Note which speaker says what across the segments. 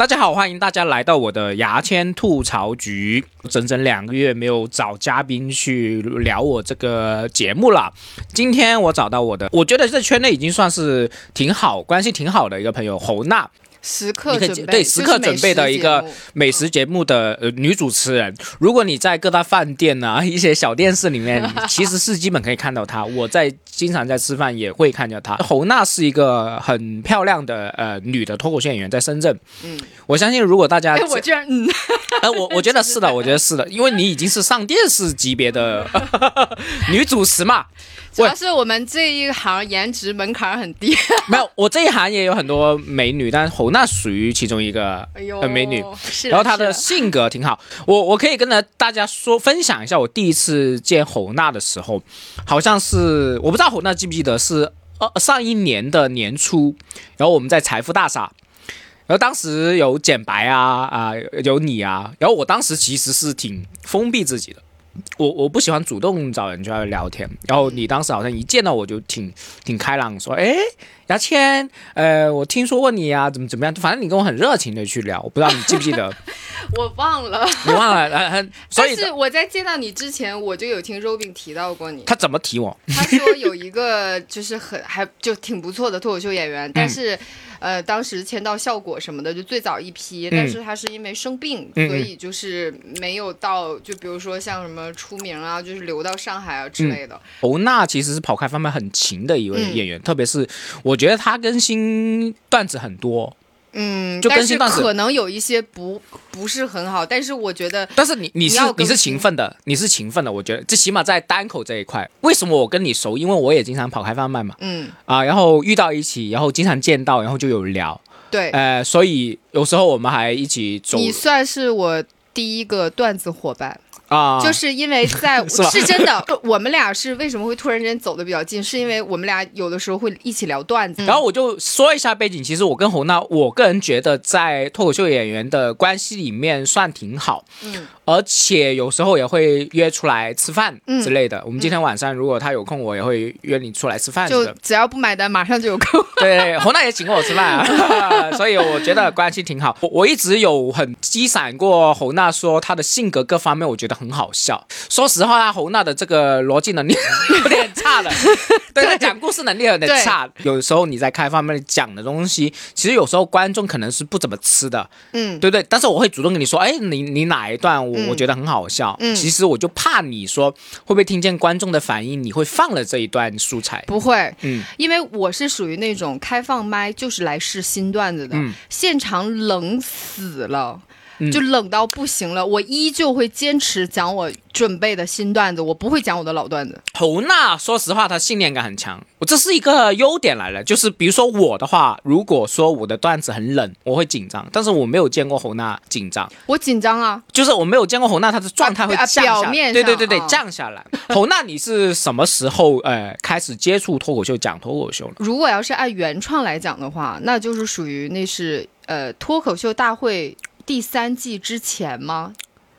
Speaker 1: 大家好，欢迎大家来到我的牙签吐槽局。整整2个月没有找嘉宾去聊我这个节目了。今天我找到我觉得这圈内已经算是挺好，关系挺好的一个朋友侯娜。
Speaker 2: 时刻准备，
Speaker 1: 对，时刻准备的一个美食节目的女主持人。如果你在各大饭店啊一些小电视里面其实是基本可以看到她，我经常在吃饭也会看见她。侯娜是一个很漂亮的女的脱口秀演员，在深圳。我相信如果大家
Speaker 2: 我居然
Speaker 1: 我觉得是的，我觉得是的，因为你已经是上电视级别的女主持嘛。
Speaker 2: 主要是我们这一行颜值门槛很低。
Speaker 1: 没有，我这一行也有很多美女，但侯娜属于其中一个美女。然后她的性格挺好。我可以跟大家分享一下，我第一次见侯娜的时候，好像是我不知道侯娜记不记得，是上一年的年初，然后我们在财富大厦。然后当时有简白有你啊，然后我当时其实是挺封闭自己的，我不喜欢主动找人去聊天，然后你当时好像一见到我就挺开朗，说牙签，我听说过你啊，怎么样，反正你跟我很热情的去聊，我不知道你记不记得。
Speaker 2: 我忘了，
Speaker 1: 你忘了，所以
Speaker 2: 但是我在见到你之前，我就有听 Robin 提到过你。
Speaker 1: 他怎么提我？
Speaker 2: 他说有一个就是还就挺不错的脱口秀演员，但是当时签到效果什么的就最早一批，但是他是因为生病，所以就是没有到，就比如说像什么出名啊，就是留到上海啊之类的。
Speaker 1: 侯娜其实是跑开方面很勤的一位演员，特别是我觉得他更新段子很多。就更新段子
Speaker 2: 但是可能有一些不是很好，但是我觉得，
Speaker 1: 但是你是勤奋的，我觉得这起码在单口这一块，为什么我跟你熟？因为我也经常跑开放麦嘛，然后遇到一起，然后经常见到，然后就有聊，
Speaker 2: 对，
Speaker 1: 所以有时候我们还一起走。
Speaker 2: 你算是我第一个段子伙伴。就是因为是真的，我们俩是为什么会突然间走得比较近，是因为我们俩有的时候会一起聊段子。
Speaker 1: 然后我就说一下背景，其实我跟侯娜，我个人觉得在脱口秀演员的关系里面算挺好，而且有时候也会约出来吃饭之类的。我们今天晚上如果他有空，我也会约你出来吃饭。
Speaker 2: 就只要不买单，马上就有空。
Speaker 1: 对，侯娜也请过我吃饭啊，所以我觉得关系挺好。我一直有很激闪过侯娜，说她的性格各方面，我觉得很好笑。说实话，侯娜的这个逻辑能力有点差了，对，她讲故事能力有点差。有时候你在开放麦讲的东西，其实有时候观众可能是不怎么吃的，对不对？但是我会主动跟你说，你哪一段我觉得很好笑。其实我就怕你说会不会听见观众的反应，你会放了这一段素材。
Speaker 2: 不会，因为我是属于那种开放麦就是来试新段子的，现场冷死了。就冷到不行了，我依旧会坚持讲我准备的新段子，我不会讲我的老段子。
Speaker 1: 侯娜说实话她信念感很强，这是一个优点来了。就是比如说我的话，如果说我的段子很冷，我会紧张，但是我没有见过侯娜紧张。
Speaker 2: 我紧张啊，
Speaker 1: 就是我没有见过侯娜她的状态会降下来，
Speaker 2: 表面上
Speaker 1: 对，降下来。侯娜你是什么时候开始接触脱口秀，讲脱口秀呢？
Speaker 2: 如果要是按原创来讲的话，那就是属于那是脱口秀大会第3季之前吗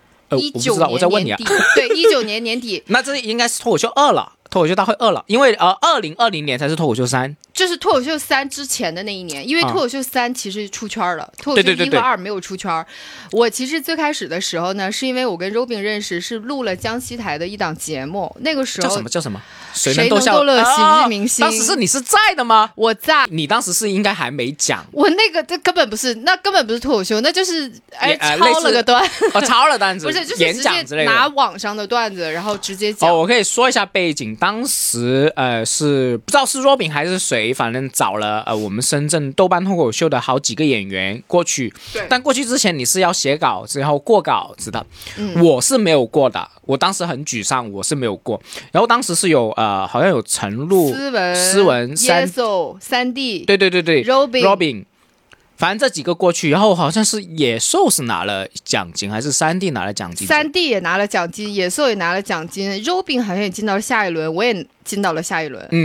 Speaker 2: ？19年年底，对，19年年底。
Speaker 1: 那这应该是脱口秀2了，脱口秀大会2了，因为2020年才是脱口秀3。
Speaker 2: 就是脱口秀3之前的那一年，因为脱口秀3其实出圈了，脱口秀1和2没有出圈。我其实最开始的时候呢，是因为我跟 Robin 认识，是录了江西台的一档节目，那个时候
Speaker 1: 叫什么？
Speaker 2: 谁能逗乐喜剧明星？
Speaker 1: 当时你是在的吗？
Speaker 2: 我在。
Speaker 1: 你当时是应该还没讲。
Speaker 2: 我那个这根本不是脱口秀，那就是抄了个段，
Speaker 1: 抄了段子，
Speaker 2: 不是就是
Speaker 1: 演讲之类的，
Speaker 2: 拿网上的段子然后直接讲。
Speaker 1: 我可以说一下背景，当时是不知道是 Robin 还是谁，反正找了我们深圳豆瓣脱口秀的好几个演员过去。
Speaker 2: 对。
Speaker 1: 但过去之前你是要写稿子，然后过稿子的。我是没有过的，我当时很沮丧，我是没有过。然后当时是有好像有陈露、思文、
Speaker 2: 三弟，
Speaker 1: 对
Speaker 2: Robin，
Speaker 1: 反正这几个过去，然后好像是野兽是拿了奖金，还是三弟拿了奖金？
Speaker 2: 三弟也拿了奖金，野兽也拿了奖金，Robin 好像也进到了下一轮，我也进到了下一轮。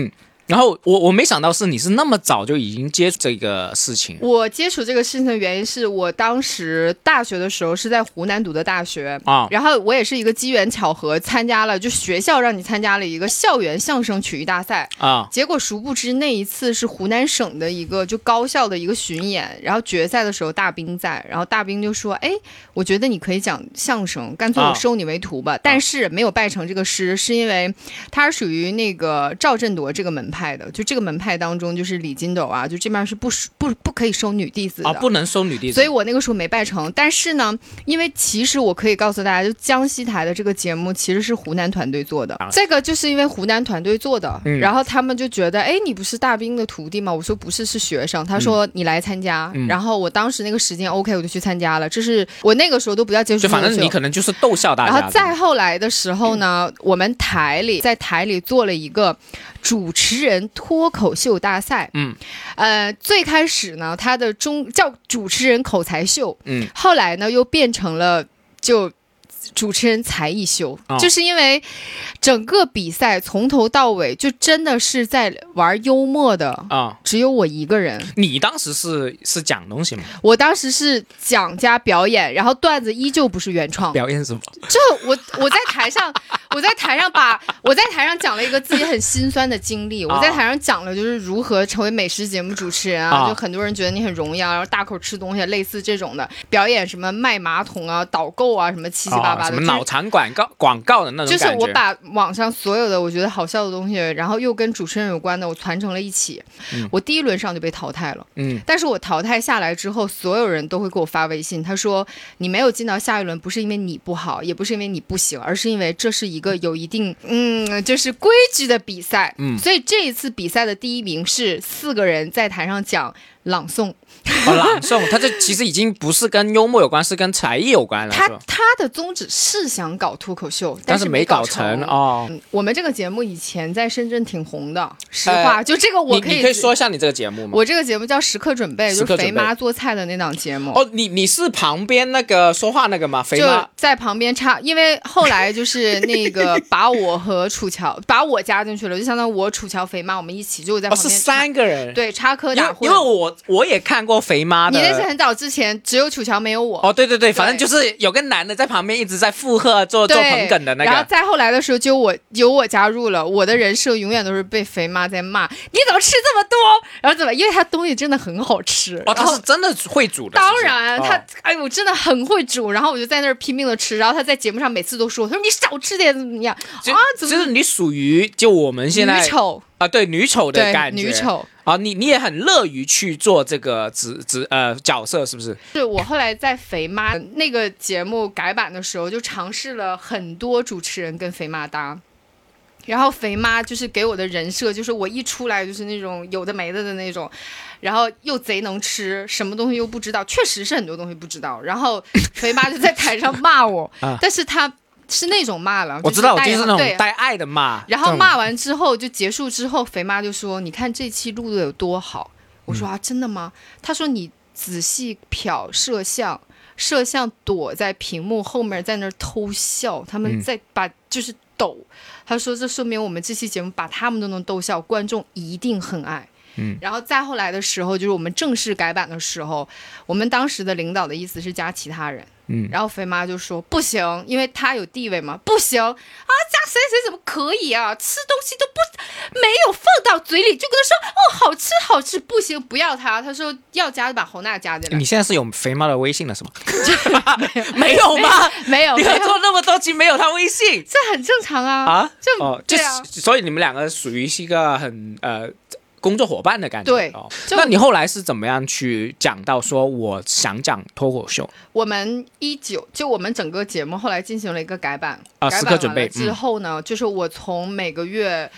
Speaker 1: 然后我没想到是你是那么早就已经接触这个事情。
Speaker 2: 我接触这个事情的原因是我当时大学的时候是在湖南读的大学啊，然后我也是一个机缘巧合参加了，就学校让你参加了一个校园相声曲艺大赛啊，结果殊不知那一次是湖南省的一个就高校的一个巡演，然后决赛的时候大兵在，然后大兵就说，哎，我觉得你可以讲相声，干脆我收你为徒吧，但是没有拜成这个师，是因为他是属于那个赵振铎这个门派的，就这个门派当中就是李金斗啊，就这边是不可以收女弟子的
Speaker 1: 不能收女弟子，
Speaker 2: 所以我那个时候没拜成。但是呢，因为其实我可以告诉大家，就江西台的这个节目其实是湖南团队做的，这个就是因为湖南团队做的，然后他们就觉得，哎，你不是大兵的徒弟吗？我说不是，是学生。他说你来参加，然后我当时那个时间 OK， 我就去参加了。这是我那个时候都不叫接触，
Speaker 1: 就反正你可能就是逗笑大家。
Speaker 2: 然后再后来的时候呢，我们在台里做了一个主持人脱口秀大赛，最开始呢，它的叫主持人口才秀，后来呢又变成了就主持人才艺秀，就是因为整个比赛从头到尾就真的是在玩幽默的只有我一个人。
Speaker 1: 你当时是讲东西吗？
Speaker 2: 我当时是讲加表演，然后段子依旧不是原创。
Speaker 1: 表演什么？
Speaker 2: 就我在台上，我在台上讲了一个自己很心酸的经历。我在台上讲了就是如何成为美食节目主持人啊，就很多人觉得你很荣耀，然后大口吃东西，类似这种的表演，什么卖马桶啊、导购啊，什么七七八八的，
Speaker 1: 什么脑残广告的那种感觉。
Speaker 2: 就是我把网上所有的我觉得好笑的东西，然后又跟主持人有关的，我传承了一起。我第一轮上就被淘汰了，但是我淘汰下来之后，所有人都会给我发微信，他说你没有进到下一轮，不是因为你不好，也不是因为你不行，而是因为这是一个有一定就是规矩的比赛。所以这一次比赛的第一名是4个人在台上讲朗诵。
Speaker 1: 朗诵，他这其实已经不是跟幽默有关，是跟才艺有关了。
Speaker 2: 他的宗旨是想搞脱口秀，
Speaker 1: 但
Speaker 2: 是
Speaker 1: 没搞成哦。
Speaker 2: 我们这个节目以前在深圳挺红的，实话，就这个我可以。
Speaker 1: 你可以说一下你这个节目吗？
Speaker 2: 我这个节目叫时刻准备，就是肥妈做菜的那档节目。
Speaker 1: 哦，你是旁边那个说话那个吗？肥妈
Speaker 2: 就在旁边插，因为后来就是那个把我和楚乔把我加进去了，就相当于我楚乔肥妈我们一起就在旁边。
Speaker 1: 是3个人，
Speaker 2: 对，插科打诨。
Speaker 1: 因为我也看过肥妈的。
Speaker 2: 你那是很早之前，只有楚乔没有我。
Speaker 1: 哦，对，反正就是有个男的在旁边一直在附和做捧哏的那个。
Speaker 2: 然后再后来的时候，有我加入了，我的人设永远都是被肥妈在骂，你怎么吃这么多？然后怎么？因为他东西真的很好吃。
Speaker 1: 他是真的会煮的。
Speaker 2: 当然，他我真的很会煮。然后我就在那儿拼命的吃。然后他在节目上每次都说，他说你少吃点怎么样啊？
Speaker 1: 就是你属于就我们现在
Speaker 2: 女丑
Speaker 1: 啊，对女丑的感觉，
Speaker 2: 女丑。
Speaker 1: 你也很乐于去做这个角色，是不是？
Speaker 2: 对，我后来在肥妈那个节目改版的时候，就尝试了很多主持人跟肥妈搭，然后肥妈就是给我的人设就是我一出来就是那种有的没的那种，然后又贼能吃，什么东西又不知道，确实是很多东西不知道，然后肥妈就在台上骂我，但是他是那种骂了，
Speaker 1: 我知道，就是那种带爱的骂。
Speaker 2: 然后骂完之后就结束之后，肥妈就说：“你看这期录的有多好。”我说：“啊，真的吗？”他说：“你仔细瞟摄像躲在屏幕后面在那儿偷笑，他们在就是抖。”他说：“这说明我们这期节目把他们都能逗笑，观众一定很爱。”然后再后来的时候，就是我们正式改版的时候，我们当时的领导的意思是加其他人。然后肥妈就说不行，因为他有地位嘛，不行啊，加谁怎么可以啊？吃东西都没有放到嘴里，就跟他说哦，好吃，不行，不要他。他说要加就把侯娜加进来。
Speaker 1: 你现在是有肥妈的微信了是吗？没有吗？
Speaker 2: 没有。
Speaker 1: 你合作那么多期没有他微信，
Speaker 2: 这很正常啊。对啊，
Speaker 1: 所以你们两个属于是一个很工作伙伴的感觉。
Speaker 2: 对，
Speaker 1: 那你后来是怎么样去讲到说我想讲脱口秀？
Speaker 2: 我们我们整个节目后来进行了一个改版
Speaker 1: 时刻准备
Speaker 2: 之后呢，就是我从每个月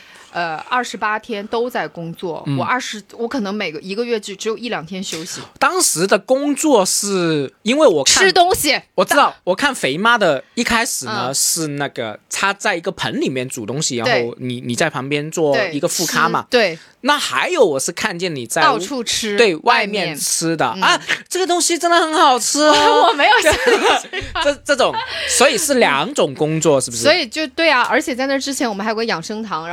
Speaker 2: 28天都在工作，我可能一个月只有1-2天休息。
Speaker 1: 当时的工作是因为我看
Speaker 2: 吃东西，
Speaker 1: 我知道，我看肥妈的一开始呢是那个他在一个盆里面煮东西，然后你在旁边做一个副咖嘛。
Speaker 2: 对。
Speaker 1: 那还有我是看见你在
Speaker 2: 到处吃，
Speaker 1: 对外面吃的这个东西真的很好吃哦。
Speaker 2: 我没有
Speaker 1: 这种，所以是2种工作是不是？
Speaker 2: 所以就对啊，而且在那之前我们还有个养生堂，然后养生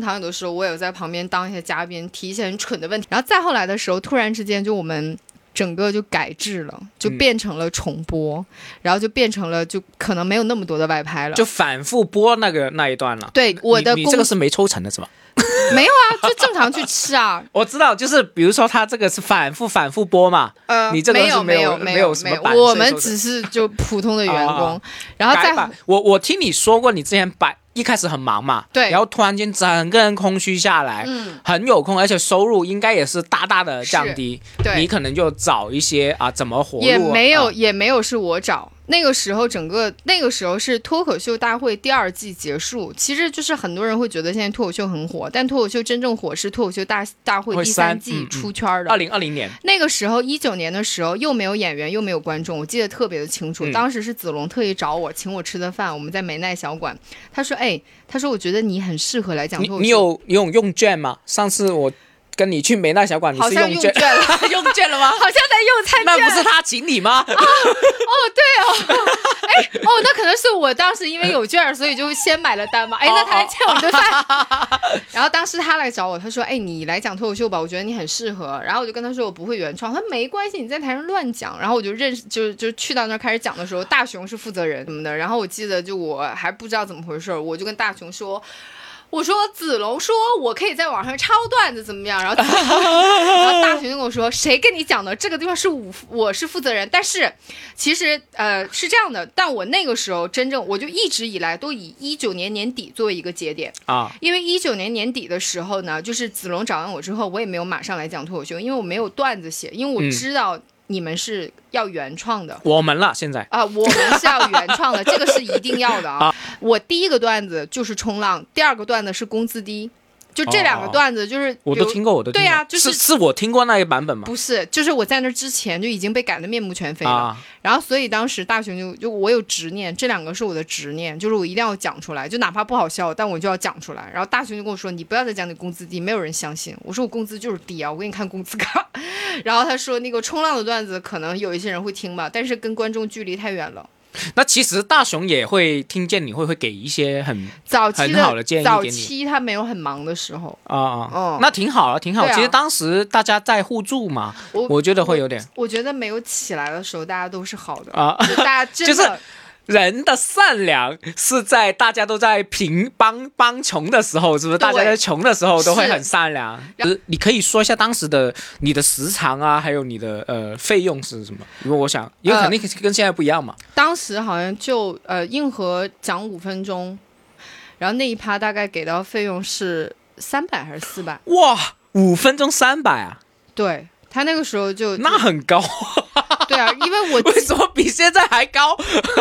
Speaker 2: 堂有的时候我也有在旁边当一些嘉宾，提一些很蠢的问题。然后再后来的时候，突然之间就我们整个就改制了，就变成了重播，然后就变成了就可能没有那么多的外拍了，
Speaker 1: 就反复播那一段了。
Speaker 2: 对，
Speaker 1: 你这个是没抽成的是吧？
Speaker 2: 没有啊，就正常去吃啊。
Speaker 1: 我知道，就是比如说他这个是反复播嘛，你这个是没有什么版税，
Speaker 2: 我们只是就普通的员工，然后再
Speaker 1: 我听你说过，你之前一开始很忙嘛，
Speaker 2: 对，
Speaker 1: 然后突然间整个人空虚下来，很有空，而且收入应该也是大大的降低，
Speaker 2: 对，
Speaker 1: 你可能就找一些怎么活路，
Speaker 2: 也没有是我找。那个时候是脱口秀大会第2季结束，其实就是很多人会觉得现在脱口秀很火，但脱口秀真正火是脱口秀大会第3季出圈的。
Speaker 1: 2020年
Speaker 2: 那个时候19年的时候，又没有演员又没有观众，我记得特别的清楚。当时是子龙特意找我请我吃的饭，我们在美奈小馆，他说我觉得你很适合来讲脱口秀。
Speaker 1: 你有用券吗？上次我跟你去美奈小馆，你是
Speaker 2: 用
Speaker 1: 券
Speaker 2: 了
Speaker 1: 用券了吗？
Speaker 2: 好像在用餐券。
Speaker 1: 那不是他请你吗？
Speaker 2: 对哦，那可能是我当时因为有券，所以就先买了单嘛。那他还欠我一顿饭。然后当时他来找我，他说：“你来讲脱口秀吧，我觉得你很适合。”然后我就跟他说：“我不会原创。”他说：“没关系，你在台上乱讲。”然后我就就去到那儿开始讲的时候，大熊是负责人什么的。然后我记得我还不知道怎么回事，我就跟大熊说。我说子龙说我可以在网上抄段子怎么样，然后大熊就跟我说谁跟你讲的这个地方是我是负责人，但是其实是这样的，但我那个时候我就一直以来都以19年年底作为一个节点啊，因为19年年底的时候呢，就是子龙找完我之后，我也没有马上来讲脱口秀，因为我没有段子写，因为我知道你们是要原创的，
Speaker 1: 我们了现在
Speaker 2: 我们是要原创的，这个是一定要的啊。我第一个段子就是冲浪，第2个段子是工资低，就这2个段子就是
Speaker 1: 我都听过，对
Speaker 2: 啊，
Speaker 1: 是我听过那个版本吗？
Speaker 2: 不是，就是我在那之前就已经被改得面目全非了。然后所以当时大熊就我有执念，这2个是我的执念，就是我一定要讲出来，就哪怕不好笑，但我就要讲出来。然后大熊就跟我说：“你不要再讲你工资低，没有人相信。”我说：“我工资就是低啊，我给你看工资卡。”然后他说：“那个冲浪的段子可能有一些人会听吧，但是跟观众距离太远了。”
Speaker 1: 那其实大熊也会听见你会给一些很好的建议给你。
Speaker 2: 早期他没有很忙的时候
Speaker 1: 那挺好挺好。其实当时大家在互助嘛，我觉得会有点。
Speaker 2: 我觉得没有起来的时候，大家都是好的啊，大家真的。
Speaker 1: 就是人的善良是在大家都在帮穷的时候，是不是？大家在穷的时候都会很善良。你可以说一下当时的你的时长啊，还有你的费用是什么？因为我想，因为肯定跟现在不一样嘛。
Speaker 2: 当时好像就硬核讲5分钟，然后那一趴大概给到费用是300还是400？
Speaker 1: 哇，5分钟300啊！
Speaker 2: 对。他那个时候就
Speaker 1: 那很高，
Speaker 2: 对啊，因为我
Speaker 1: 为什么比现在还高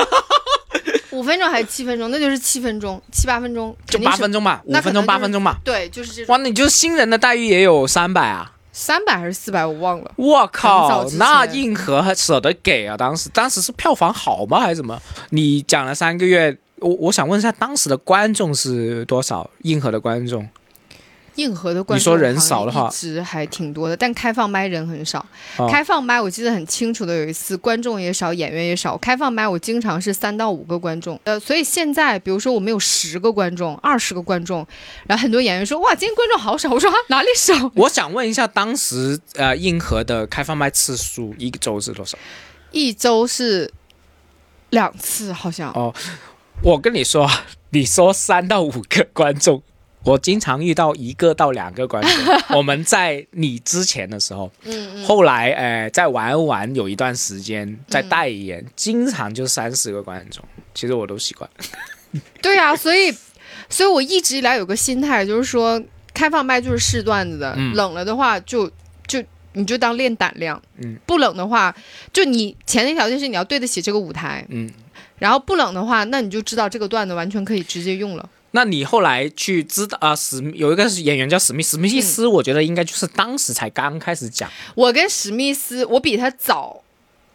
Speaker 2: ？5分钟还是7分钟？那就是7分钟、7、8分钟，
Speaker 1: 就8分钟吧，5分钟8分钟吧。
Speaker 2: 对，就是这种。
Speaker 1: 哇，你就是新人的待遇也有300啊
Speaker 2: ？300还是400？我忘了。
Speaker 1: 我靠，那硬核还舍得给啊！当时是票房好吗？还是什么？你讲了3个月，我想问一下，当时的观众是多少？硬核的观众？硬核的观众，你说人少的话，一直还挺多的，但开放麦人很少。开放麦我记得很清楚的，有一次观众也少，演员也少。开放麦我经常是3到5个观众，所以现在比如说我们有10个观众、20个观众，然后很多演员说哇，今天观众好少，我说哪里少？我想问一下，当时硬核的开放麦次数一周是多少？一周是2次，好像。哦，我跟你说，你说3到5个观众。我经常遇到1个到2个观众，我们在你之前的时候，后来在玩有一段时间在代言，经常就30个观众，其实我都习惯。对啊，所以我一直以来有个心态，就是说开放麦就是试段子的，冷了的话就你就当练胆量，不冷的话，就你前提条件是你要对得起这个舞台，然后不冷的话，那你就知道这个段子完全可以直接用了。那你后来去知道有一个演员叫史密斯，我觉得应该就是当时才刚开始讲。我跟史密斯，我比他早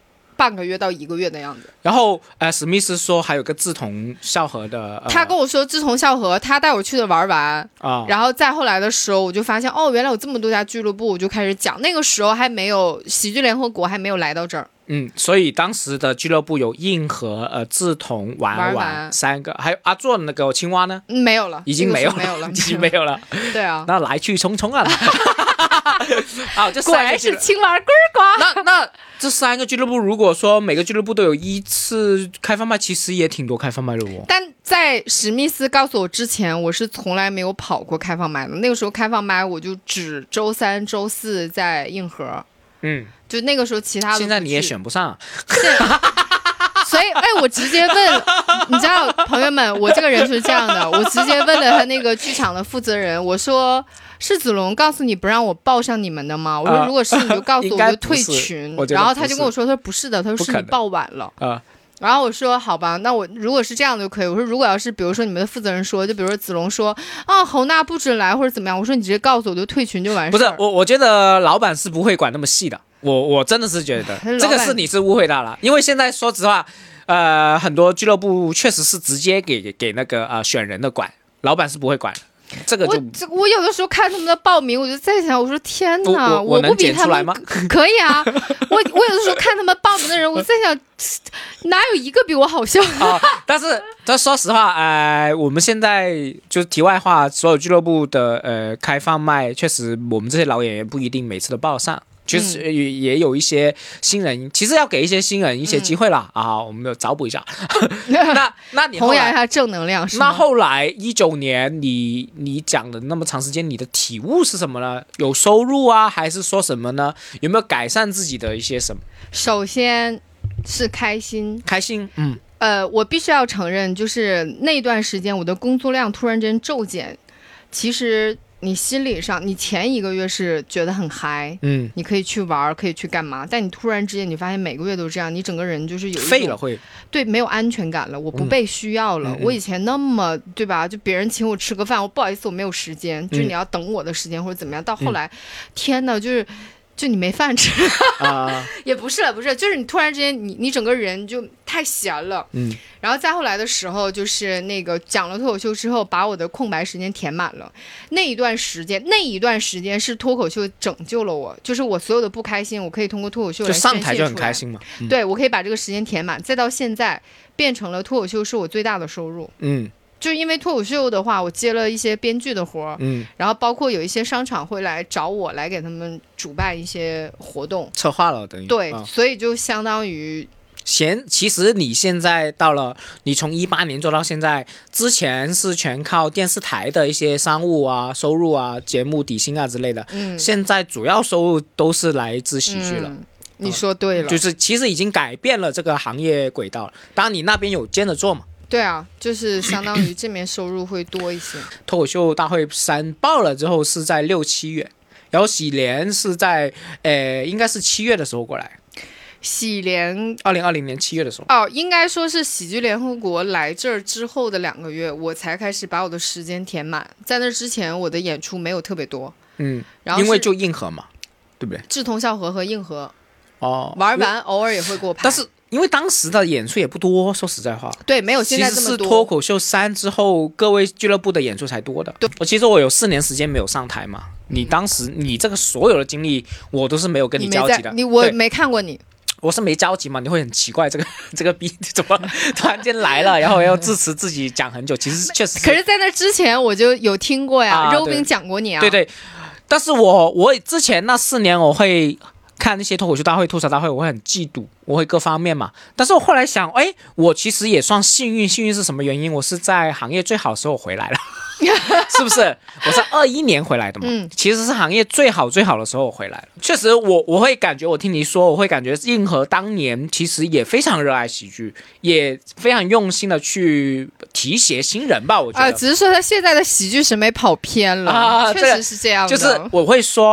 Speaker 2: 半个月到1个月的样子。
Speaker 1: 然后史密斯说还有个志同道合的，
Speaker 2: 他跟我说志同道合，他带我去的玩完然后再后来的时候我就发现原来有这么多家俱乐部，我就开始讲。那个时候还没有喜剧联合国还没有来到这儿。
Speaker 1: 所以当时的俱乐部有硬核、志同、玩3个，还有阿做那个青蛙呢？
Speaker 2: 没有了，
Speaker 1: 已经没有了，
Speaker 2: 已
Speaker 1: 经没有了。
Speaker 2: 对啊，
Speaker 1: 那来去匆匆啊！就
Speaker 2: 果然是青蛙呱呱。
Speaker 1: 那这3个俱乐部，如果说每个俱乐部都有1次开放麦，其实也挺多开放麦的哦。
Speaker 2: 但在史密斯告诉我之前，我是从来没有跑过开放麦的。那个时候开放麦我就只周3、周4在硬核。就那个时候其他的
Speaker 1: 现在你也选不上
Speaker 2: 所以我直接问你知道朋友们，我这个人就是这样的，我直接问了他那个剧场的负责人，我说是子龙告诉你不让我报上你们的吗？我说如果是你就告诉我，我就退群。然后他就跟我说，他说不是的，他说是你报晚了然后我说好吧，那我如果是这样就可以。我说如果要是比如说你们的负责人说，就比如说子龙说侯娜不准来或者怎么样，我说你直接告诉我就退群就完事。
Speaker 1: 不是我觉得老板是不会管那么细的，我真的是觉得这个是你是误会他了。因为现在说实话很多俱乐部确实是直接给那个选人的管，老板是不会管的。这个就
Speaker 2: 我有的时候看他们的报名，我就在想，我说天哪，
Speaker 1: 我
Speaker 2: 不比他们可以啊！我有的时候看他们报名的人，我在想，哪有一个比我好笑
Speaker 1: 但说实话，我们现在就是题外话，所有俱乐部的开放麦，确实我们这些老演员不一定每次都报上。其实也有一些新人，其实要给一些新人一些机会啦我们找补一下。那你
Speaker 2: 弘扬一下正能量是吗？
Speaker 1: 那后来19年你讲了那么长时间，你的体悟是什么呢？有收入还是说什么呢？有没有改善自己的一些什么？
Speaker 2: 首先是开心，我必须要承认，就是那段时间我的工作量突然间骤减，其实你心理上，你前1个月是觉得很嗨，你可以去玩，可以去干嘛，但你突然之间你发现每个月都这样，你整个人就是有一种
Speaker 1: 废了，会
Speaker 2: 对没有安全感了，我不被需要了。我以前那么对吧，就别人请我吃个饭，我不好意思我没有时间，就是你要等我的时间或者怎么样，到后来天哪，就你没饭吃也不是了，就是你突然之间你整个人就太闲了。然后再后来的时候，就是那个讲了脱口秀之后，把我的空白时间填满了。那一段时间是脱口秀拯救了我，就是我所有的不开心，我可以通过脱口秀来宣泄出来。就
Speaker 1: 上台就很开心嘛。
Speaker 2: 对，我可以把这个时间填满，再到现在变成了脱口秀是我最大的收入。就因为脱口秀的话，我接了一些编剧的活然后包括有一些商场会来找我来给他们主办一些活动，
Speaker 1: 策划了等于。
Speaker 2: 对，所以就相当于
Speaker 1: 其实你现在到了，你从18年做到现在，之前是全靠电视台的一些商务收入节目底薪之类的，现在主要收入都是来自喜剧了。
Speaker 2: 你说对了，
Speaker 1: 就是其实已经改变了这个行业轨道了。当然你那边有兼着做嘛。
Speaker 2: 对啊，就是相当于这边收入会多一些。
Speaker 1: 脱口秀大会3报了之后是在6、7月，然后喜莲是在应该是7月的时候过来。
Speaker 2: 喜莲
Speaker 1: 2020年7月的时候
Speaker 2: 应该说是喜剧联合国来这儿之后的2个月，我才开始把我的时间填满。在那之前我的演出没有特别多，然后
Speaker 1: 因为就硬核嘛，对不对？
Speaker 2: 志同道合和硬核玩完偶尔也会给我拍，
Speaker 1: 但是因为当时的演出也不多，说实在话，
Speaker 2: 对，没有现在这么多。
Speaker 1: 其实是脱口秀3之后，各位俱乐部的演出才多的。对，其实我有4年时间没有上台嘛。你当时你这个所有的经历，我都是没有跟你交集的。
Speaker 2: 我没看过你。
Speaker 1: 我是没交集嘛，你会很奇怪这个逼怎么突然间来了，然后要支持自己讲很久，其实确实。
Speaker 2: 可是在那之前我就有听过呀，肉饼讲过你啊。
Speaker 1: 对，但是我之前那4年我会看那些脱口秀大会、吐槽大会，我会很嫉妒，我会各方面嘛。但是我后来想，我其实也算幸运。幸运是什么原因？我是在行业最好的时候回来了，是不是？我是21年回来的嘛，其实是行业最好的时候我回来了。确实我会感觉，我听你说，我会感觉硬核当年其实也非常热爱喜剧，也非常用心的去提携新人吧。我觉得
Speaker 2: 只是说他现在的喜剧审美跑偏了确实是这样的。
Speaker 1: 就是我会说，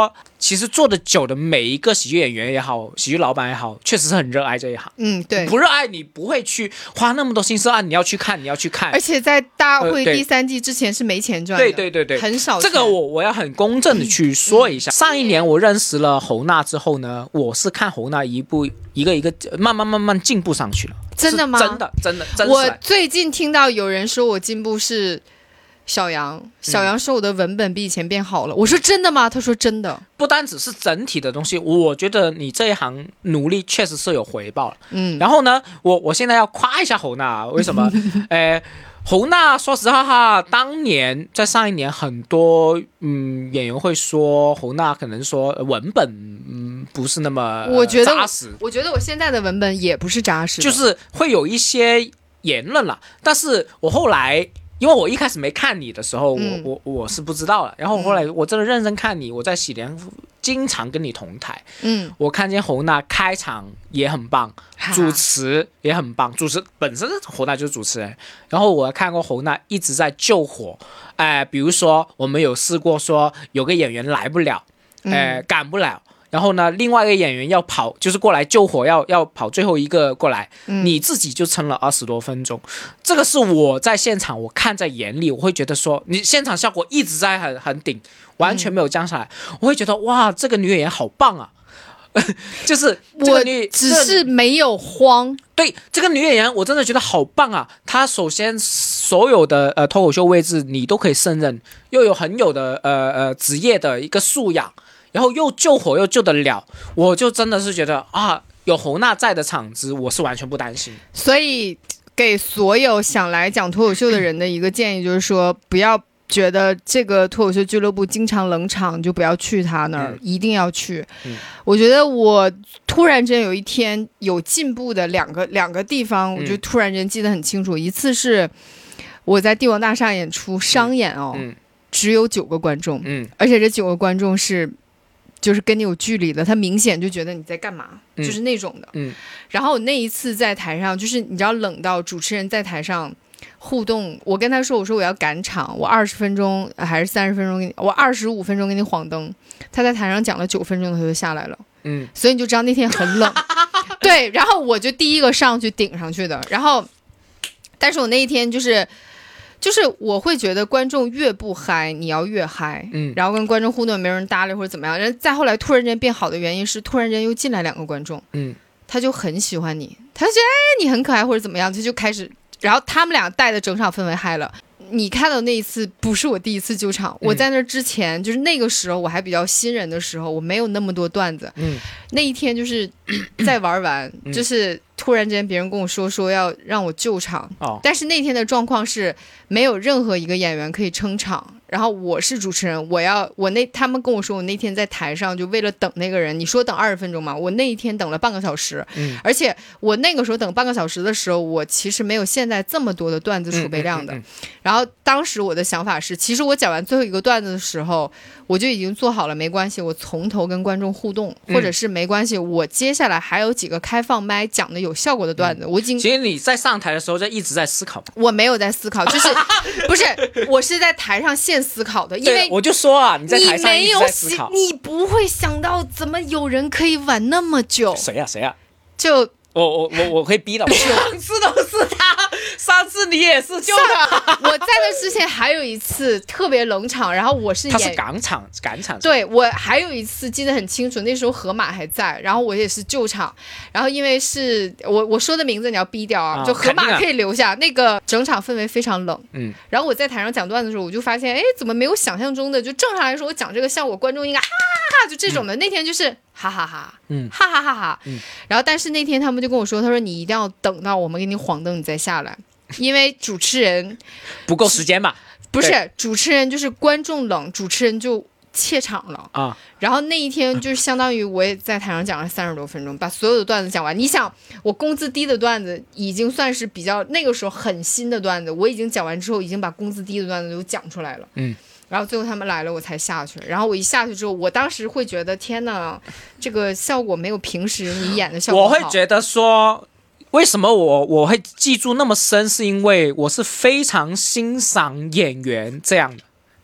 Speaker 1: 其实做的久的每一个喜剧演员也好，喜剧老板也好，确实是很热爱这一行。
Speaker 2: 对，
Speaker 1: 不热爱你不会去花那么多心思你要去看。
Speaker 2: 而且在大会第3季之前是没钱赚的，
Speaker 1: 对，
Speaker 2: 很少钱。
Speaker 1: 这个我要很公正的去说一下。上一年我认识了侯娜之后呢，我是看侯娜一个慢慢进步上去了。
Speaker 2: 真的吗？
Speaker 1: 真的。
Speaker 2: 我最近听到有人说我进步是小杨说我的文本比以前变好了。我说真的吗？他说真的。
Speaker 1: 不单只是整体的东西，我觉得你这一行努力确实是有回报了。然后呢，我现在要夸一下侯娜，为什么？侯娜说实话当年在上一年很多演员会说侯娜可能说文本不是那么扎实。
Speaker 2: 我觉得我现在的文本也不是扎实的，
Speaker 1: 就是会有一些言论啦。但是我后来因为我一开始没看你的时候，我是不知道了。然后后来我真的认真看你，我在喜莲经常跟你同台。我看见侯娜开场也很棒，主持也很棒。主持本身侯娜就是主持人，然后我看过侯娜一直在救火。比如说我们有试过说有个演员来不了，赶不了。然后呢，另外一个演员要跑，就是过来救火，要跑最后一个过来，你自己就撑了20多分钟。这个是我在现场我看在眼里，我会觉得说你现场效果一直在很顶，完全没有降下来。我会觉得哇，这个女演员好棒啊。就是
Speaker 2: 我只是没有慌。
Speaker 1: 对，这个女演员我真的觉得好棒啊。她首先所有的脱口秀位置你都可以胜任，又有很有的职业的一个素养，然后又救火又救得了，我就真的是觉得有侯娜在的场子我是完全不担心。
Speaker 2: 所以给所有想来讲脱口秀的人的一个建议就是说，不要觉得这个脱口秀俱乐部经常冷场就不要去他那儿，一定要去。我觉得我突然间有一天有进步的两个地方，我就突然间记得很清楚。一次是我在帝王大厦演出商演只有9个观众，而且这9个观众就是跟你有距离的，他明显就觉得你在干嘛，就是那种的。然后我那一次在台上，就是你知道冷到主持人在台上互动，我跟他说，我说我要赶场，我20分钟还是30分钟我25分钟给你晃灯。他在台上讲了9分钟他就下来了。所以你就知道那天很冷。对，然后我就第一个上去顶上去的。然后但是我那一天就是我会觉得观众越不嗨你要越嗨，然后跟观众互动没人搭理或者怎么样。然后再后来突然间变好的原因是突然间又进来2个观众，他就很喜欢你，他就觉得你很可爱或者怎么样，他就开始，然后他们俩带的整场氛围嗨了。你看到那一次不是我第一次救场，我在那之前就是那个时候我还比较新人的时候，我没有那么多段子。那一天就是在玩完，就是突然间别人跟我说要让我救场，但是那天的状况是没有任何一个演员可以撑场，然后我是主持人，他们跟我说我那天在台上就为了等那个人，你说等20分钟嘛，我那一天等了半个小时，而且我那个时候等半个小时的时候，我其实没有现在这么多的段子储备量的。然后当时我的想法是，其实我讲完最后一个段子的时候，我就已经做好了，没关系，我从头跟观众互动，或者是没关系，我接下来还有几个开放麦讲的有效果的段子，我已经。
Speaker 1: 其实你在上台的时候就一直在思考。
Speaker 2: 我没有在思考，就是不是，我是在台上现思考的，因为
Speaker 1: 我就说你在台上一直在思考，
Speaker 2: 你不会想到怎么有人可以玩那么久。
Speaker 1: 谁呀？
Speaker 2: 就
Speaker 1: 我可以逼到，上次都是他，上次你也是救他。
Speaker 2: 我在那之前还有一次特别冷场，然后我是
Speaker 1: 他是赶场。
Speaker 2: 对，我还有一次记得很清楚，那时候河马还在，然后我也是救场，然后因为是我说的名字你要逼掉就河马可以留下。那个整场氛围非常冷，然后我在台上讲段子的时候，我就发现怎么没有想象中的，就正常来说我讲这个效果观众应该哈哈哈，就这种的。那天就是哈哈哈，哈哈哈哈。然后但是那天他们就跟我说，他说你一定要等到我们给你晃灯你再下来，因为主持人
Speaker 1: 不够时间嘛。
Speaker 2: 不是，主持人就是观众冷，主持人就怯场了然后那一天就是相当于我也在台上讲了30多分钟，把所有的段子讲完。你想我工资低的段子已经算是比较那个时候很新的段子，我已经讲完之后已经把工资低的段子都讲出来了。然后最后他们来了我才下去，然后我一下去之后，我当时会觉得天哪，这个效果没有平时你演的效果好。
Speaker 1: 我会觉得说为什么我会记住那么深，是因为我是非常欣赏演员这样的，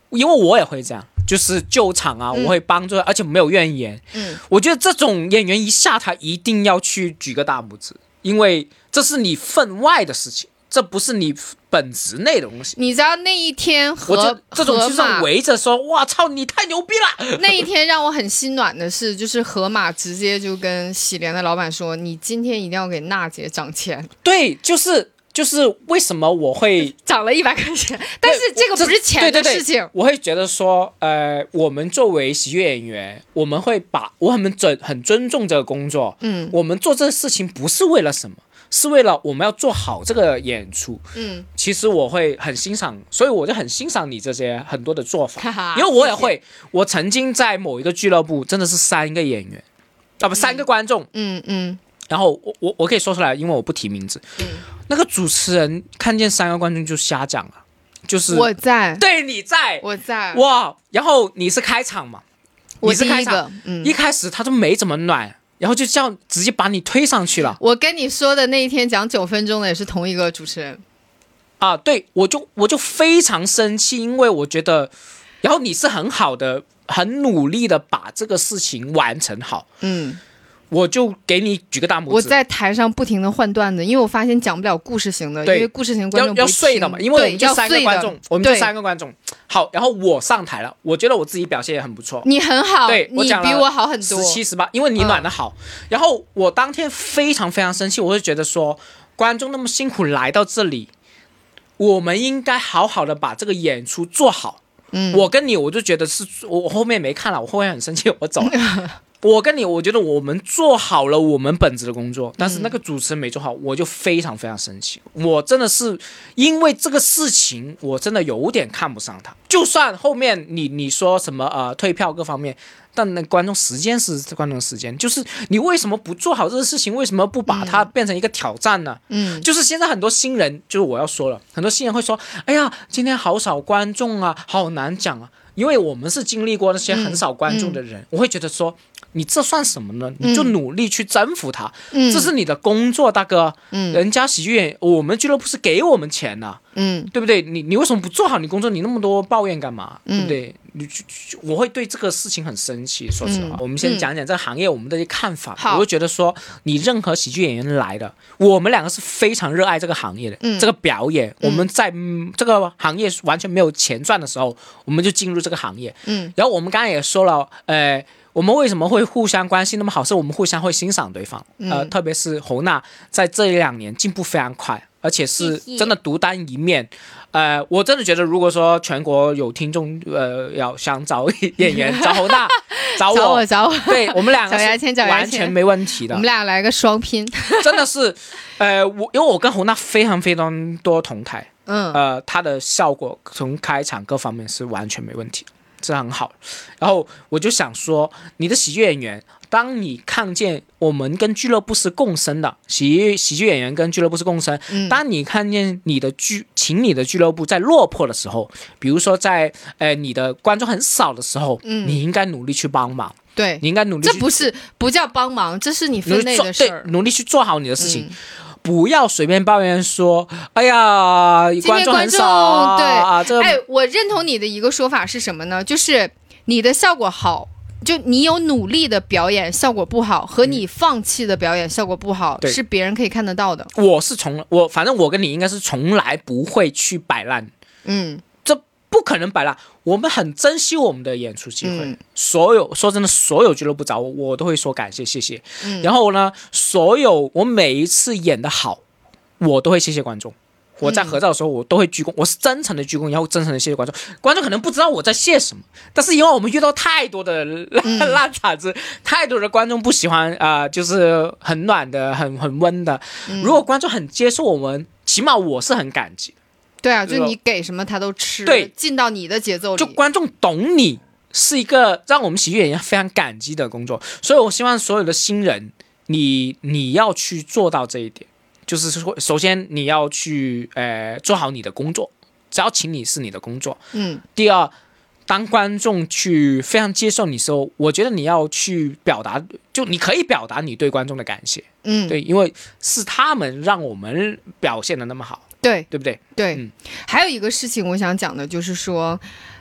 Speaker 1: 因为我也会这样，就是救场啊，我会帮助，而且没有怨言。我觉得这种演员一下台一定要去举个大拇指，因为这是你分外的事情，这不是你本职内的东西。
Speaker 2: 你知道那一天
Speaker 1: 这种就是围着说，哇操，你太牛逼了。
Speaker 2: 那一天让我很心暖的是，就是河马直接就跟喜莲的老板说，你今天一定要给娜姐涨钱。
Speaker 1: 对，就是为什么我会
Speaker 2: 涨了100块钱，但是这个不是钱的事情。
Speaker 1: 对，我会觉得说，我们作为喜剧演员，我们会我很尊重这个工作。我们做这个事情不是为了什么，是为了我们要做好这个演出。其实我会很欣赏，所以我就很欣赏你这些很多的做法，因为我也会，我曾经在某一个俱乐部真的是3个演员，不3个观众。然后我可以说出来，因为我不提名字。那个主持人看见3个观众就瞎讲了，就是
Speaker 2: 我在，
Speaker 1: 对，你在，
Speaker 2: 我在，
Speaker 1: 哇！然后你是开场嘛，
Speaker 2: 我第一个，
Speaker 1: 一开始他都没怎么暖，然后就这样直接把你推上去了。
Speaker 2: 我跟你说的那一天讲9分钟的也是同一个主持人
Speaker 1: 啊，对，我就非常生气，因为我觉得，然后你是很好的、很努力的把这个事情完成好。我就给你举个大拇指。
Speaker 2: 我在台上不停的换段子，因为我发现讲不了故事型的，因为故事型观众
Speaker 1: 要碎的嘛，因为我们就3个观众，好，然后我上台了，我觉得我自己表现也很不错，
Speaker 2: 你很好，
Speaker 1: 对，
Speaker 2: 你比我好很多
Speaker 1: ，17、18，因为你暖得好。然后我当天非常非常生气，我就觉得说，观众那么辛苦来到这里，我们应该好好的把这个演出做好。我跟你，我就觉得是我后面没看了，我后面很生气，我走了。我跟你，我觉得我们做好了我们本职的工作，但是那个主持人没做好，我就非常非常生气。我真的是因为这个事情，我真的有点看不上他。就算后面你说什么退票各方面，但那观众时间是观众时间，就是你为什么不做好这个事情？为什么不把它变成一个挑战呢？就是现在很多新人，就是我要说了，很多新人会说，哎呀，今天好少观众啊，好难讲啊。因为我们是经历过那些很少观众的人，我会觉得说，你这算什么呢？你就努力去征服他，这是你的工作，大哥。人家喜剧演员，我们俱乐部是给我们钱的，对不对？你为什么不做好你工作？你那么多抱怨干嘛？对不对？我会对这个事情很生气。说实话，我们先讲讲这个行业我们的看法。我会觉得说，你任何喜剧演员来的，我们2个是非常热爱这个行业的，这个表演。我们在这个行业完全没有钱赚的时候，我们就进入这个行业。然后我们刚才也说了，我们为什么会互相关系那么好？是我们互相会欣赏对方。特别是侯娜在这1-2年进步非常快，而且是真的独当一面。我真的觉得，如果说全国有听众要想找演员，找侯娜，找我，对，我们2个是完全没问题的。
Speaker 2: 我们俩来个双拼，
Speaker 1: 真的是，因为我跟侯娜非常非常多同台，他的效果从开场各方面是完全没问题的。是很好。然后我就想说，你的喜剧演员，当你看见我们跟俱乐部是共生的，喜剧演员跟俱乐部是共生，当你看见你的俱乐部在落魄的时候，比如说在你的观众很少的时候，你应该努力去帮忙。
Speaker 2: 对，
Speaker 1: 你应该努力去，
Speaker 2: 这不叫帮忙，这是你分内的事儿，
Speaker 1: 努力去做好你的事情。不要随便抱怨说，哎呀，观众很少啊。
Speaker 2: 对，我认同你的一个说法是什么呢？就是你的效果好，就你有努力的表演效果不好，和你放弃的表演效果不好，是别人可以看得到的。
Speaker 1: 反正我跟你应该是从来不会去摆烂，这不可能摆烂。我们很珍惜我们的演出机会，说真的，所有俱乐部找我都会说感谢，谢谢。然后呢，我每一次演得好，我都会谢谢观众。我在合照的时候，我都会鞠躬，我是真诚的鞠躬，然后真诚的谢谢观众。观众可能不知道我在谢什么，但是因为我们遇到太多的烂场子，太多的观众不喜欢就是很暖的、很温的。如果观众很接受我们，起码我是很感激的。
Speaker 2: 对啊，就你给什么他都吃，
Speaker 1: 对，
Speaker 2: 进到你的节奏里。
Speaker 1: 就观众懂你，是一个让我们喜剧演员非常感激的工作。所以我希望所有的新人，你要去做到这一点。就是说，首先你要去做好你的工作，只要请你是你的工作。第二，当观众去非常接受你的时候，我觉得你要去表达，就你可以表达你对观众的感谢。对，因为是他们让我们表现的那么好。对，对不对？
Speaker 2: 对，还有一个事情我想讲的就是说，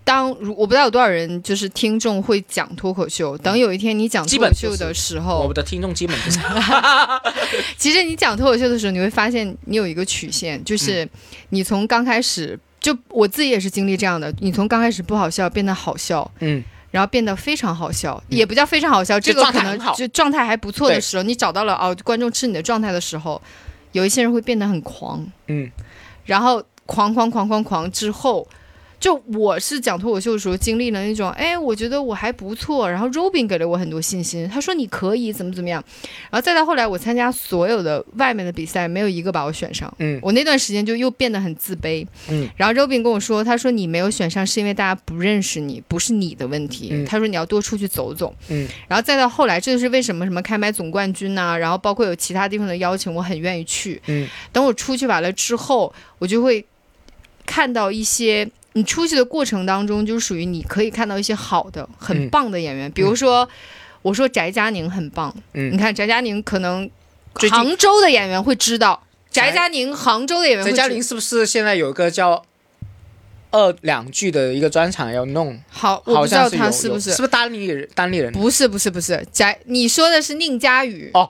Speaker 2: 我不知道有多少人就是听众会讲脱口秀，等有一天你讲脱口秀的时候，
Speaker 1: 我的听众基本不是
Speaker 2: 其实你讲脱口秀的时候，你会发现你有一个曲线，就是你从刚开始，就我自己也是经历这样的，你从刚开始不好笑变得好笑，然后变得非常好笑，也不叫非常好笑，这个可能就状态还不错的时候，你找到了观众吃你的状态的时候，有一些人会变得很狂，然后狂之后，就我是讲脱口秀的时候经历了那种，我觉得我还不错，然后 Robin 给了我很多信心，他说你可以怎么样，然后再到后来我参加所有的外面的比赛，没有一个把我选上，我那段时间就又变得很自卑，然后 Robin 跟我说，他说你没有选上是因为大家不认识你，不是你的问题，他说你要多出去走走，然后再到后来，这就是为什么什么开麦总冠军啊，然后包括有其他地方的邀请，我很愿意去，等我出去完了之后，我就会看到一些。你出去的过程当中，就属于你可以看到一些好的、很棒的演员，比如说，我说翟佳宁很棒，你看翟佳宁可能杭州的演员会知道，翟佳宁杭州的演员会知道，
Speaker 1: 翟佳宁是不是现在有一个叫2句的一个专场要弄？
Speaker 2: 好，我不知道他是不是
Speaker 1: 单立人？
Speaker 2: 不是，你说的是宁佳宇哦。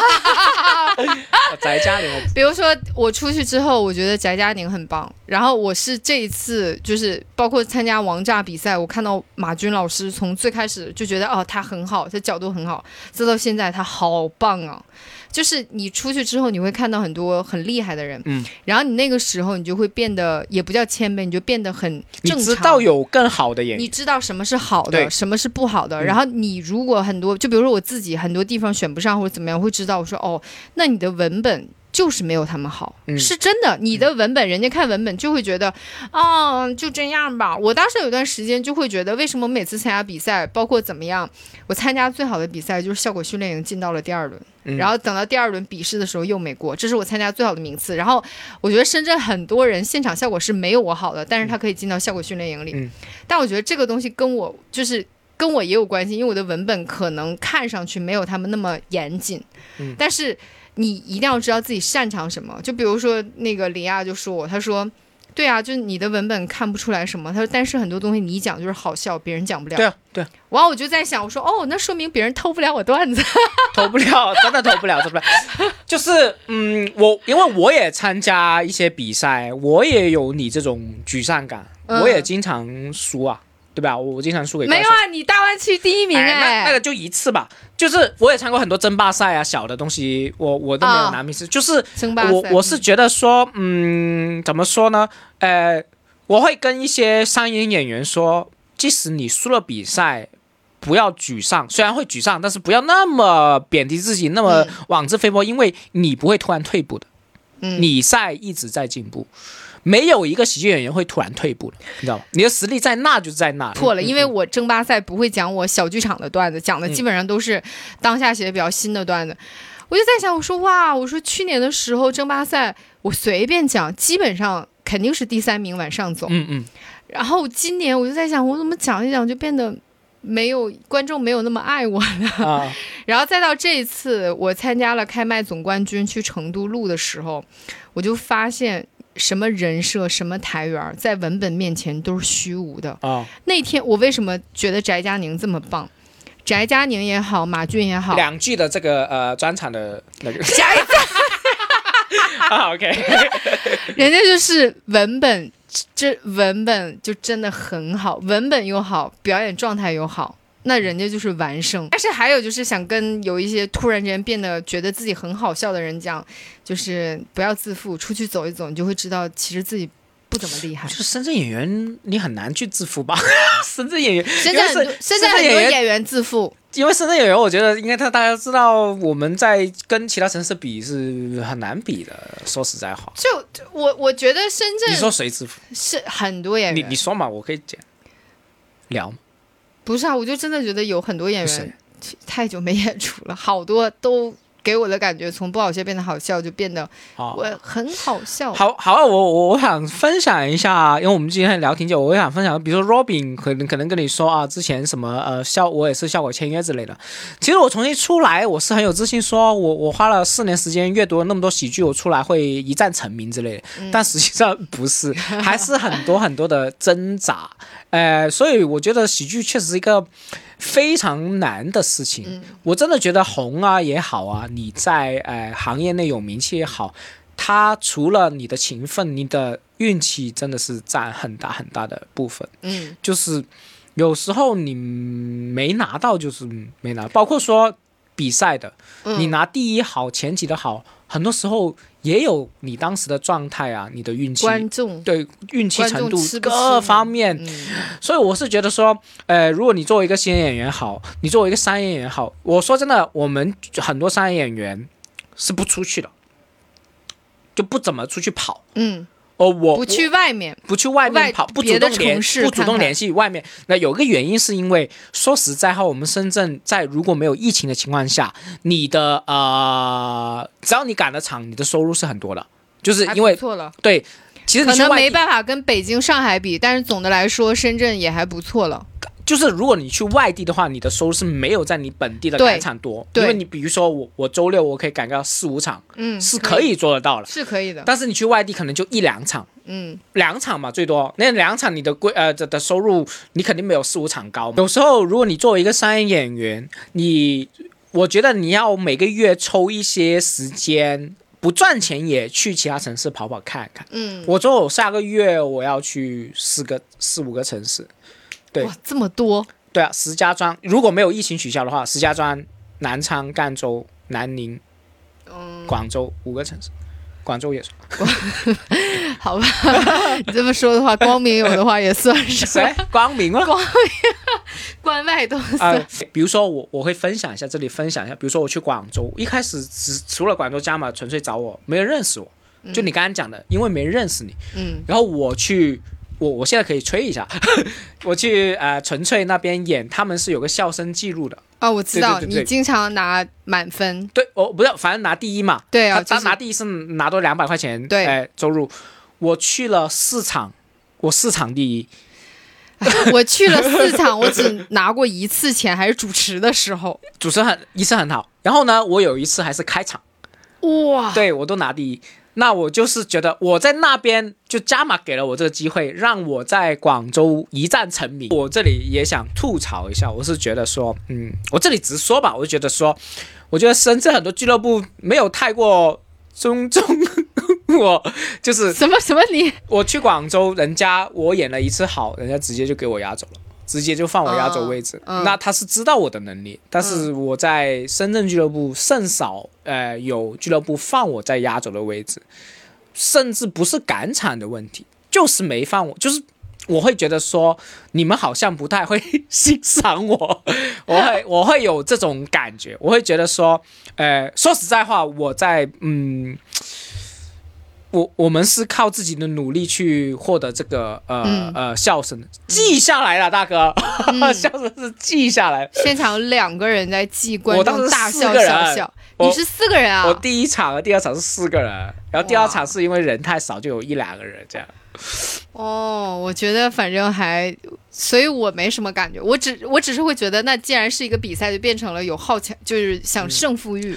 Speaker 1: 翟佳宁，
Speaker 2: 比如说我出去之后，我觉得翟佳宁很棒。然后我是这一次就是包括参加王炸比赛，我看到马军老师从最开始就觉得他很好，他角度很好，再到现在他好棒啊。就是你出去之后，你会看到很多很厉害的人，然后你那个时候你就会变得也不叫谦卑，你就变得很正常。
Speaker 1: 你知道有更好的演员，
Speaker 2: 你知道什么是好的，什么是不好的。然后你如果很多，就比如说我自己很多地方选不上或者怎么样，会知道我说那你的文本就是没有他们好，是真的。你的文本，人家看文本就会觉得就这样吧。我当时有段时间就会觉得，为什么每次参加比赛，包括怎么样，我参加最好的比赛就是效果训练营进到了第2轮。然后等到第2轮笔试的时候又没过，这是我参加最好的名次。然后我觉得深圳很多人现场效果是没有我好的，但是他可以进到效果训练营里。但我觉得这个东西跟我也有关系，因为我的文本可能看上去没有他们那么严谨，但是你一定要知道自己擅长什么。就比如说那个李亚就说我，他说对啊，就是你的文本看不出来什么，他说但是很多东西你讲就是好笑，别人讲不了。
Speaker 1: 对。
Speaker 2: 然后我就在想，我说那说明别人偷不了我段子。
Speaker 1: 偷不了，真的偷不了。就是因为我也参加一些比赛，我也有你这种沮丧感，我也经常输啊，对吧？我经常输给
Speaker 2: 没有啊，你大湾区第1名
Speaker 1: 那个就一次吧。就是我也参过很多争霸赛啊，小的东西我都没有拿名次。就是我是觉得说怎么说呢？我会跟一些商业演员说，即使你输了比赛，不要沮丧，虽然会沮丧，但是不要那么贬低自己，那么妄自菲薄，因为你不会突然退步的，你在一直在进步。没有一个喜剧演员会突然退步的，你知道吗？你的实力在那就在那。
Speaker 2: 错了，因为我争霸赛不会讲我小剧场的段子，讲的基本上都是当下写的比较新的段子。我就在想，我说哇，我说去年的时候争霸赛我随便讲，基本上肯定是第3名往上走。然后今年我就在想，我怎么讲一讲就变得观众没有那么爱我了。然后再到这一次我参加了开麦总冠军去成都录的时候，我就发现什么人设什么台缘在文本面前都是虚无的。那天我为什么觉得翟佳宁这么棒？翟佳宁也好，马俊也好
Speaker 1: ，2句的这个专场的那个OK
Speaker 2: 人家就是文本，这文本就真的很好，文本又好，表演状态又好，那人家就是完胜。但是还有就是想跟有一些突然间变得觉得自己很好笑的人讲，就是不要自负，出去走一走，你就会知道其实自己不怎么厉害。
Speaker 1: 就是深圳演员你很难去自负吧？深圳演员，
Speaker 2: 深圳很多演员自负，
Speaker 1: 因为深圳演员，我觉得应该大家知道，我们在跟其他城市比是很难比的。说实在话，
Speaker 2: 就我觉得深圳，
Speaker 1: 你说谁自负？
Speaker 2: 是很多演员。
Speaker 1: 你说嘛，我可以聊。
Speaker 2: 不是啊，我就真的觉得有很多演员太久没演出了，好多都给我的感觉从不好笑变得好笑，就变得我很好笑。
Speaker 1: 好，我想分享一下，因为我们今天聊挺久，我想分享，比如说 Robin 可能跟你说啊，之前什么我也是效果签约之类的。其实我重新出来，我是很有自信说，我花了4年时间阅读了那么多喜剧，我出来会一战成名之类的。但实际上不是，还是很多很多的挣扎。所以我觉得喜剧确实是一个非常难的事情。我真的觉得红啊也好啊，你在行业内有名气也好，它除了你的勤奋，你的运气真的是占很大很大的部分。就是有时候你没拿到就是没拿到，包括说比赛的，你拿第一好，前几的好，很多时候也有你当时的状态啊，你的运气，
Speaker 2: 观众
Speaker 1: 对运气程度各方面。所以我是觉得说，如果你作为一个新人演员好，你作为一个商业演员好，我说真的，我们很多商业演员是不出去的，就不怎么出去跑。我
Speaker 2: 不去外面
Speaker 1: 跑，不主动联系外面。那有个原因是因为说实在话，我们深圳在如果没有疫情的情况下，你的只要你赶得场，你的收入是很多的，就是因为
Speaker 2: 错了。
Speaker 1: 对，其实你
Speaker 2: 可能没办法跟北京、上海比，但是总的来说，深圳也还不错了。
Speaker 1: 就是如果你去外地的话，你的收入是没有在你本地的赶场多，因为你比如说我周六我可以赶个4、5场，是可以做得到了，
Speaker 2: 是可以的。
Speaker 1: 但是你去外地可能就1、2场，2场嘛最多，那2场你的的收入你肯定没有4、5场高。有时候如果你作为一个商业演员，我觉得你要每个月抽一些时间，不赚钱也去其他城市跑跑看看。我说我下个月我要去4、5个城市。对，
Speaker 2: 哇，这么多！
Speaker 1: 对啊，石家庄如果没有疫情取消的话，石家庄、南昌、赣州、南宁、广州5个城市，广州也算。
Speaker 2: 好吧，你这么说的话，光明有的话也算是。
Speaker 1: 谁？光明吗？
Speaker 2: 光明，关外都算。
Speaker 1: 比如说我会分享一下，这里分享一下，比如说我去广州，一开始除了广州加码纯粹找我，没人认识我，就你刚刚讲的，因为没人认识你。然后我现在可以吹一下，我去纯粹那边演，他们是有个笑声记录的。
Speaker 2: 我知道，对，你经常拿满分。
Speaker 1: 对，我不是，反正拿第一嘛。
Speaker 2: 对啊，
Speaker 1: 他拿第一是拿多200块钱，对，收入。我去了4场，我4场第一。
Speaker 2: 我去了4场，我只拿过1次钱，还是主持的时候。
Speaker 1: 主持一次很好，然后呢，我有一次还是开场。
Speaker 2: 哇！
Speaker 1: 对，我都拿第一。那我就是觉得我在那边就加码给了我这个机会，让我在广州一战成名。我这里也想吐槽一下，我是觉得说，我这里直说吧，我就觉得说，我觉得深圳很多俱乐部没有太过尊重我，就是
Speaker 2: 什么你
Speaker 1: 我去广州，我演了1次好，人家直接就给我压走了。直接就放我压轴位置，那他是知道我的能力，但是我在深圳俱乐部甚少有俱乐部放我在压轴的位置，甚至不是赶场的问题，就是没放我，就是我会觉得说你们好像不太会欣赏我，我会有这种感觉，我会觉得说说实在话，我在我们是靠自己的努力去获得这个笑声，记下来了，大哥，笑声是记下来。
Speaker 2: 现场有2个人在记，观众大笑小笑。你是4个人啊？
Speaker 1: 我第1场和第2场是4个人，然后第2场是因为人太少，就有1、2个人这样。
Speaker 2: 我觉得反正所以我没什么感觉，我只是会觉得，那既然是一个比赛，就变成了有好强，就是想胜负欲。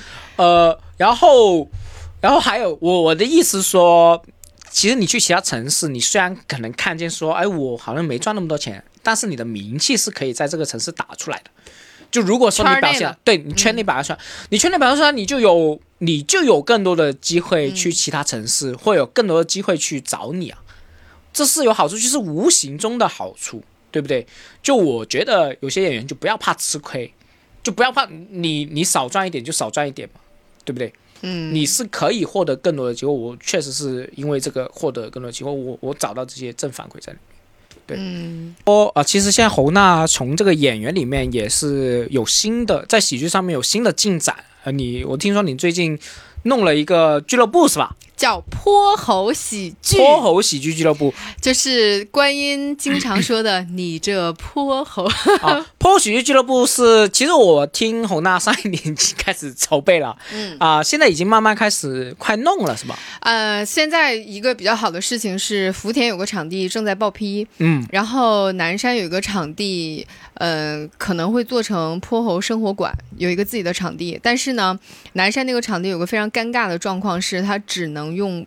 Speaker 1: 然后还有我的意思说，其实你去其他城市，你虽然可能看见说，我好像没赚那么多钱，但是你的名气是可以在这个城市打出来的。就如果说你表现，对你圈内表现出来，你圈内表现出来，你就有更多的机会去其他城市，会有更多的机会去找你啊。这是有好处，就是无形中的好处，对不对？就我觉得有些演员就不要怕吃亏，就不要怕你少赚一点就少赚一点嘛，对不对？你是可以获得更多的机会，我确实是因为这个获得更多的机会，我找到这些正反馈在里面。对，其实现在侯娜从这个演员里面也是有新的，在喜剧上面有新的进展。我听说你最近弄了一个俱乐部是吧？
Speaker 2: 叫泼猴喜剧。
Speaker 1: 泼猴喜剧俱乐部
Speaker 2: 就是观音经常说的你这泼猴
Speaker 1: 泼猴喜剧俱乐部是，其实我听侯娜上一年级开始筹备了，现在已经慢慢开始快弄了是吧？
Speaker 2: 现在一个比较好的事情是福田有个场地正在报批，然后南山有一个场地可能会做成泼猴生活馆，有一个自己的场地，但是呢南山那个场地有个非常尴尬的状况是它只能用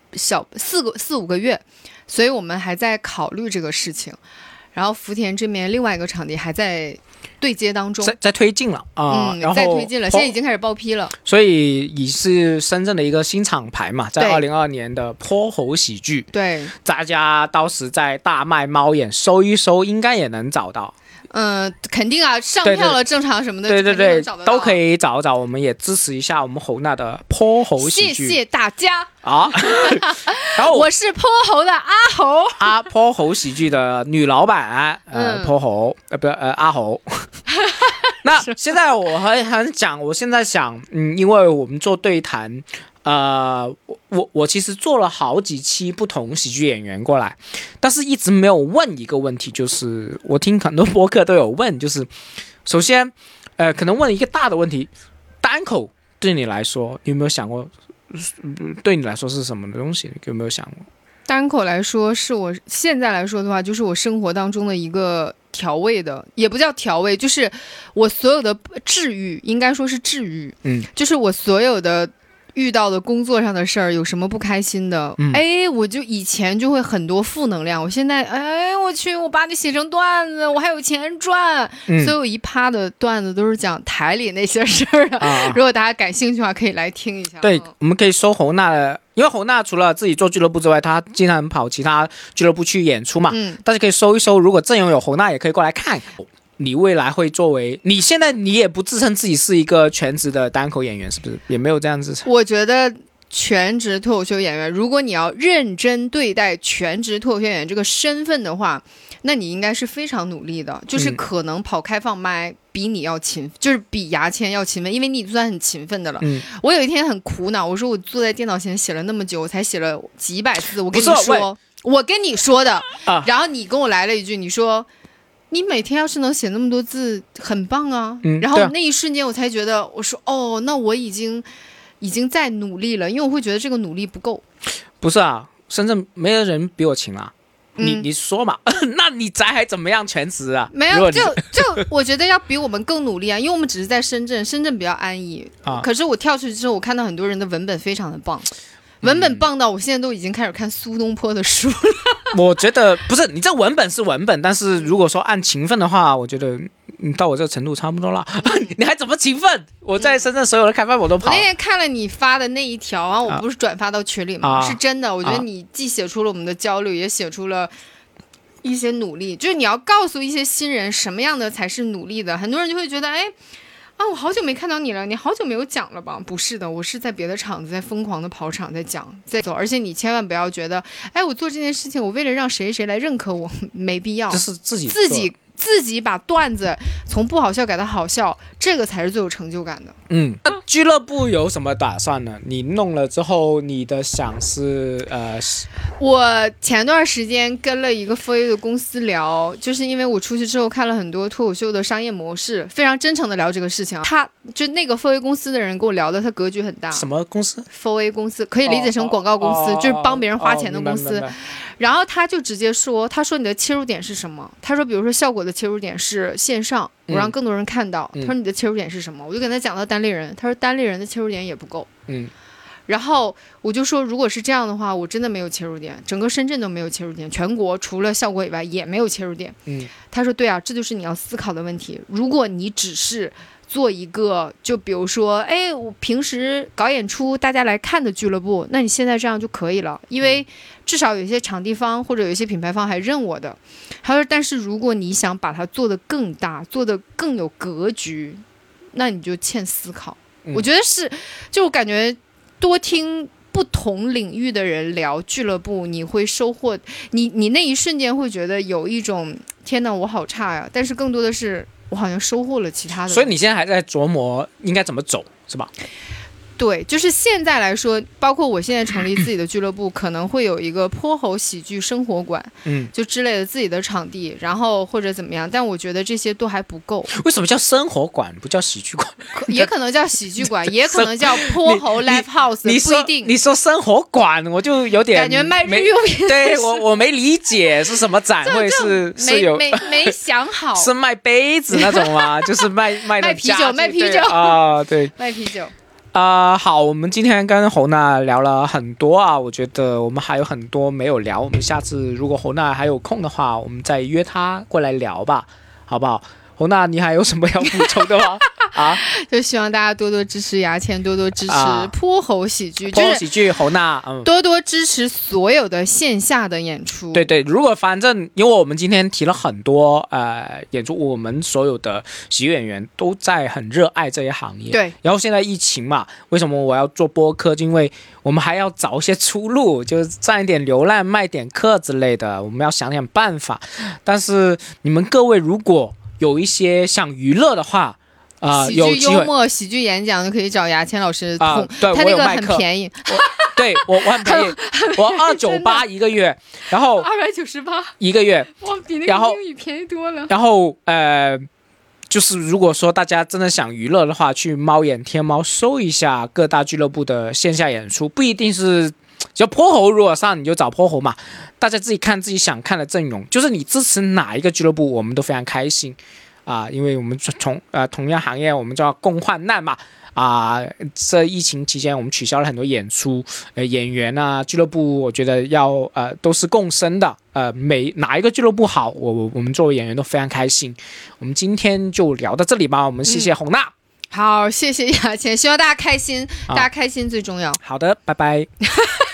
Speaker 2: 4-5个月，所以我们还在考虑这个事情。然后福田这边另外一个场地还在对接当中，
Speaker 1: 在推进了然后
Speaker 2: 在推进了，现在已经开始报批了。
Speaker 1: 所以也是深圳的一个新厂牌嘛，在2022年的泼猴喜剧，
Speaker 2: 对，
Speaker 1: 大家到时在大麦猫眼搜一搜，应该也能找到。
Speaker 2: 肯定啊，上票了正常什么的，
Speaker 1: 对，都可以找找。我们也支持一下我们侯娜的泼猴喜剧，
Speaker 2: 谢谢大家
Speaker 1: 然后
Speaker 2: 我是泼猴的阿猴，
Speaker 1: 泼猴喜剧的女老板，泼猴，阿猴。那现在我很讲，我现在想，因为我们做对谈。我其实做了好几期不同喜剧演员过来，但是一直没有问一个问题，就是我听很多播客都有问，就是首先可能问一个大的问题，单口对你来说你有没有想过，对你来说是什么的东西，有没有想过？
Speaker 2: 单口来说是我现在来说的话，就是我生活当中的一个调味的，也不叫调味，就是我所有的治愈，应该说是治愈，就是我所有的遇到的工作上的事儿，有什么不开心的，我就以前就会很多负能量，我现在我去，我把你写成段子，我还有钱赚，所以我一趴的段子都是讲台里那些事儿的，如果大家感兴趣的话可以来听一下。
Speaker 1: 对，我们可以搜侯娜的，因为侯娜除了自己做俱乐部之外，她经常跑其他俱乐部去演出嘛，大家可以搜一搜，如果阵容有侯娜也可以过来看。你未来会作为，你现在你也不自称自己是一个全职的单口演员，是不是？也没有这样子。
Speaker 2: 我觉得全职脱口秀演员，如果你要认真对待全职脱口秀演员这个身份的话，那你应该是非常努力的，就是可能跑开放麦比你要勤，就是比牙签要勤奋，因为你算很勤奋的了。我有一天很苦恼，我说我坐在电脑前写了那么久，我才写了几百字，我跟你说的，然后你跟我来了一句，你说你每天要是能写那么多字很棒啊，然后那一瞬间我才觉得，我说那我已经在努力了，因为我会觉得这个努力不够。
Speaker 1: 不是啊，深圳没有人比我勤啊，你说嘛那你咱还怎么样全职啊？
Speaker 2: 没有，就我觉得要比我们更努力啊，因为我们只是在深圳比较安逸可是我跳出去之后，我看到很多人的文本非常的棒，文本棒到我现在都已经开始看苏东坡的书了。
Speaker 1: 我觉得不是，你这文本是文本，但是如果说按勤奋的话，我觉得你到我这个程度差不多了。你还怎么勤奋？我在深圳所有的开饭我都跑。
Speaker 2: 我那天看了你发的那一条，然后我不是转发到群里吗？是真的，我觉得你既写出了我们的焦虑，也写出了一些努力。就是你要告诉一些新人什么样的才是努力的。很多人就会觉得，我好久没看到你了，你好久没有讲了吧？不是的，我是在别的场子在疯狂的跑场，在讲在走，而且你千万不要觉得，我做这件事情我为了让谁来认可我，没必要，
Speaker 1: 这是
Speaker 2: 自己把段子从不好笑改到好笑，这个才是最有成就感的。
Speaker 1: 那俱乐部有什么打算呢？你弄了之后，你的想是
Speaker 2: 我前段时间跟了一个 4A 的公司聊，就是因为我出去之后看了很多脱口秀的商业模式，非常真诚的聊这个事情。他就那个 4A 公司的人跟我聊的，他格局很大。什
Speaker 1: 么公司
Speaker 2: ？4A 公司可以理解成广告公司，就是帮别人花钱的公司。然后他就直接说，他说你的切入点是什么？他说比如说效果的切入点是线上，我让更多人看到。他说你的切入点是什么？我就跟他讲到单立人，他说单立人的切入点也不够。然后我就说，如果是这样的话，我真的没有切入点，整个深圳都没有切入点，全国除了效果以外也没有切入点。他说对啊，这就是你要思考的问题。如果你只是做一个，就比如说，我平时搞演出大家来看的俱乐部，那你现在这样就可以了，因为至少有一些场地方或者有一些品牌方还认我的。他说，但是如果你想把它做得更大，做得更有格局，那你就欠思考。我觉得是，就我感觉多听不同领域的人聊俱乐部，你会收获，你那一瞬间会觉得有一种天哪我好差呀，但是更多的是我好像收获了其他的。
Speaker 1: 所以你现在还在琢磨应该怎么走是吧？
Speaker 2: 对，就是现在来说，包括我现在成立自己的俱乐部，可能会有一个泼猴喜剧生活馆，就之类的自己的场地，然后或者怎么样，但我觉得这些都还不够。
Speaker 1: 为什么叫生活馆不叫喜剧馆？
Speaker 2: 也可能叫喜剧馆，也可能叫泼猴 live house， 不一定。
Speaker 1: 你说生活馆，我就有点
Speaker 2: 感觉卖日用品。
Speaker 1: 对，我没理解是什么展会，是有
Speaker 2: 没想好，
Speaker 1: 是卖杯子那种吗？就是卖
Speaker 2: 啤酒，卖啤酒
Speaker 1: 啊，对，
Speaker 2: 卖啤酒。
Speaker 1: 好，我们今天跟侯娜聊了很多啊，我觉得我们还有很多没有聊，我们下次如果侯娜还有空的话，我们再约她过来聊吧，好不好？侯娜，你还有什么要补充的吗？
Speaker 2: 就希望大家多多支持牙签，多多支持泼猴喜剧，
Speaker 1: 泼猴喜剧，侯娜，
Speaker 2: 多多支持所有的线下的演出。
Speaker 1: 对，如果反正因为我们今天提了很多演出，我们所有的喜剧演员都在很热爱这一行业。
Speaker 2: 对，
Speaker 1: 然后现在疫情嘛，为什么我要做播客？因为我们还要找一些出路，就是赚一点流量，卖点课之类的，我们要想点办法。但是你们各位如果有一些想娱乐的话，
Speaker 2: 喜剧幽默、喜剧演讲就可以找牙签老师
Speaker 1: 对，
Speaker 2: 他那个很便宜。
Speaker 1: 对，我很便宜，我298一个月，然后
Speaker 2: 298
Speaker 1: 一个月，
Speaker 2: 哇，比那个英语便宜多了。
Speaker 1: 然后就是如果说大家真的想娱乐的话，去猫眼天猫搜一下各大俱乐部的线下演出，不一定是就泼猴，如果上你就找泼猴嘛，大家自己看自己想看的阵容，就是你支持哪一个俱乐部，我们都非常开心因为我们同样行业，我们就要共患难嘛这疫情期间我们取消了很多演出，演员俱乐部我觉得要都是共生的，哪一个俱乐部好，我们作为演员都非常开心。我们今天就聊到这里吧，我们谢谢洪娜。
Speaker 2: 好，谢谢牙签，希望大家开心，大家开心最重要。
Speaker 1: 好的，拜拜。